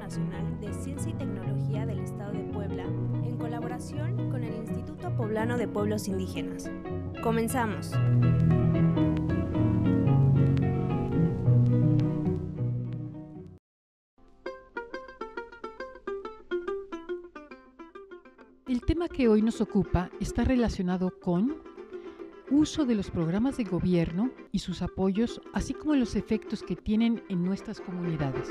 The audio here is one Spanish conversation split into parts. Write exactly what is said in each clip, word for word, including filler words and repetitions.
Nacional de Ciencia y Tecnología del Estado de Puebla, en colaboración con el Instituto Poblano de Pueblos Indígenas. Comenzamos. El tema que hoy nos ocupa está relacionado con uso de los programas de gobierno y sus apoyos, así como los efectos que tienen en nuestras comunidades.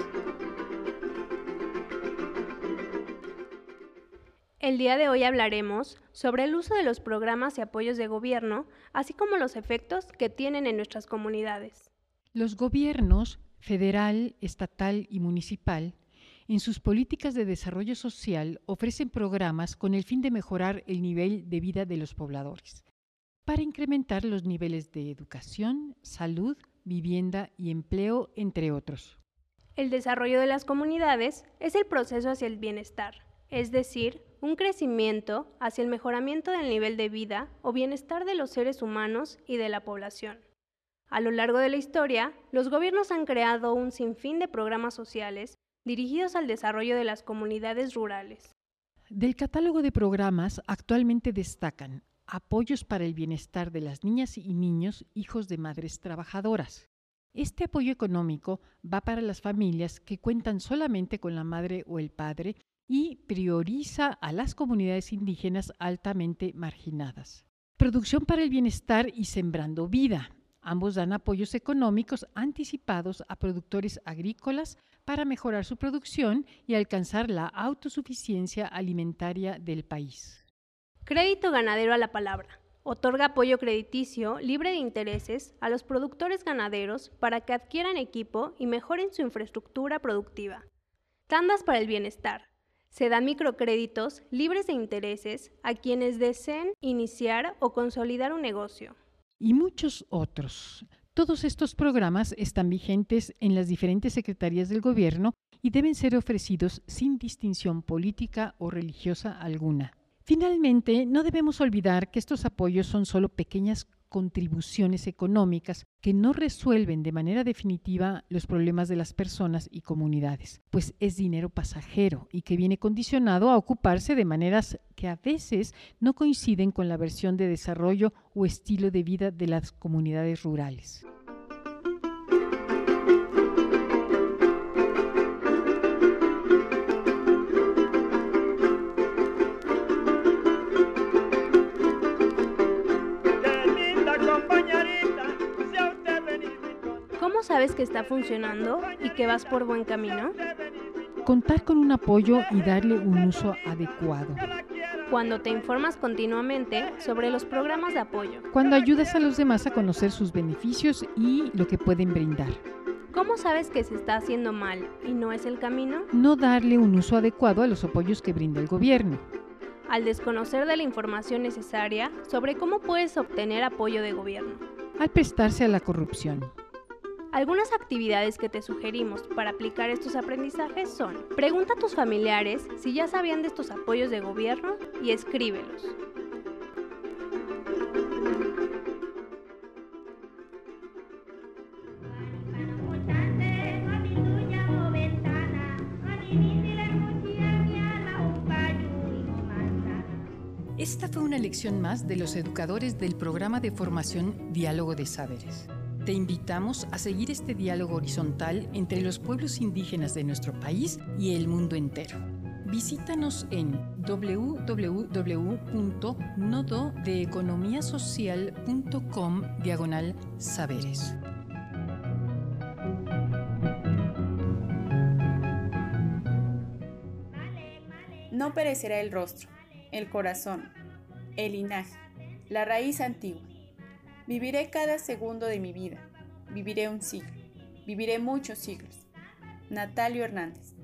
El día de hoy hablaremos sobre el uso de los programas y apoyos de gobierno, así como los efectos que tienen en nuestras comunidades. Los gobiernos federal, estatal y municipal, en sus políticas de desarrollo social, ofrecen programas con el fin de mejorar el nivel de vida de los pobladores, para incrementar los niveles de educación, salud, vivienda y empleo, entre otros. El desarrollo de las comunidades es el proceso hacia el bienestar, es decir, un crecimiento hacia el mejoramiento del nivel de vida o bienestar de los seres humanos y de la población. A lo largo de la historia, los gobiernos han creado un sinfín de programas sociales dirigidos al desarrollo de las comunidades rurales. Del catálogo de programas actualmente destacan apoyos para el bienestar de las niñas y niños hijos de madres trabajadoras. Este apoyo económico va para las familias que cuentan solamente con la madre o el padre y prioriza a las comunidades indígenas altamente marginadas. Producción para el bienestar y Sembrando Vida. Ambos dan apoyos económicos anticipados a productores agrícolas para mejorar su producción y alcanzar la autosuficiencia alimentaria del país. Crédito ganadero a la palabra. Otorga apoyo crediticio libre de intereses a los productores ganaderos para que adquieran equipo y mejoren su infraestructura productiva. Tandas para el bienestar. Se dan microcréditos libres de intereses a quienes deseen iniciar o consolidar un negocio. Y muchos otros. Todos estos programas están vigentes en las diferentes secretarías del gobierno y deben ser ofrecidos sin distinción política o religiosa alguna. Finalmente, no debemos olvidar que estos apoyos son solo pequeñas contribuciones económicas que no resuelven de manera definitiva los problemas de las personas y comunidades, pues es dinero pasajero y que viene condicionado a ocuparse de maneras que a veces no coinciden con la versión de desarrollo o estilo de vida de las comunidades rurales. ¿Cómo sabes que está funcionando y que vas por buen camino? Contar con un apoyo y darle un uso adecuado. Cuando te informas continuamente sobre los programas de apoyo. Cuando ayudas a los demás a conocer sus beneficios y lo que pueden brindar. ¿Cómo sabes que se está haciendo mal y no es el camino? No darle un uso adecuado a los apoyos que brinda el gobierno. Al desconocer de la información necesaria sobre cómo puedes obtener apoyo de gobierno. Al prestarse a la corrupción. Algunas actividades que te sugerimos para aplicar estos aprendizajes son: pregunta a tus familiares si ya sabían de estos apoyos de gobierno y escríbelos. Esta fue una lección más de los educadores del programa de formación Diálogo de Saberes. Te invitamos a seguir este diálogo horizontal entre los pueblos indígenas de nuestro país y el mundo entero. Visítanos en doble u doble u doble u punto nodo de economía social punto com diagonal saberes. No perecerá el rostro, el corazón, el linaje, la raíz antigua. Viviré cada segundo de mi vida, viviré un siglo, viviré muchos siglos. Natalio Hernández.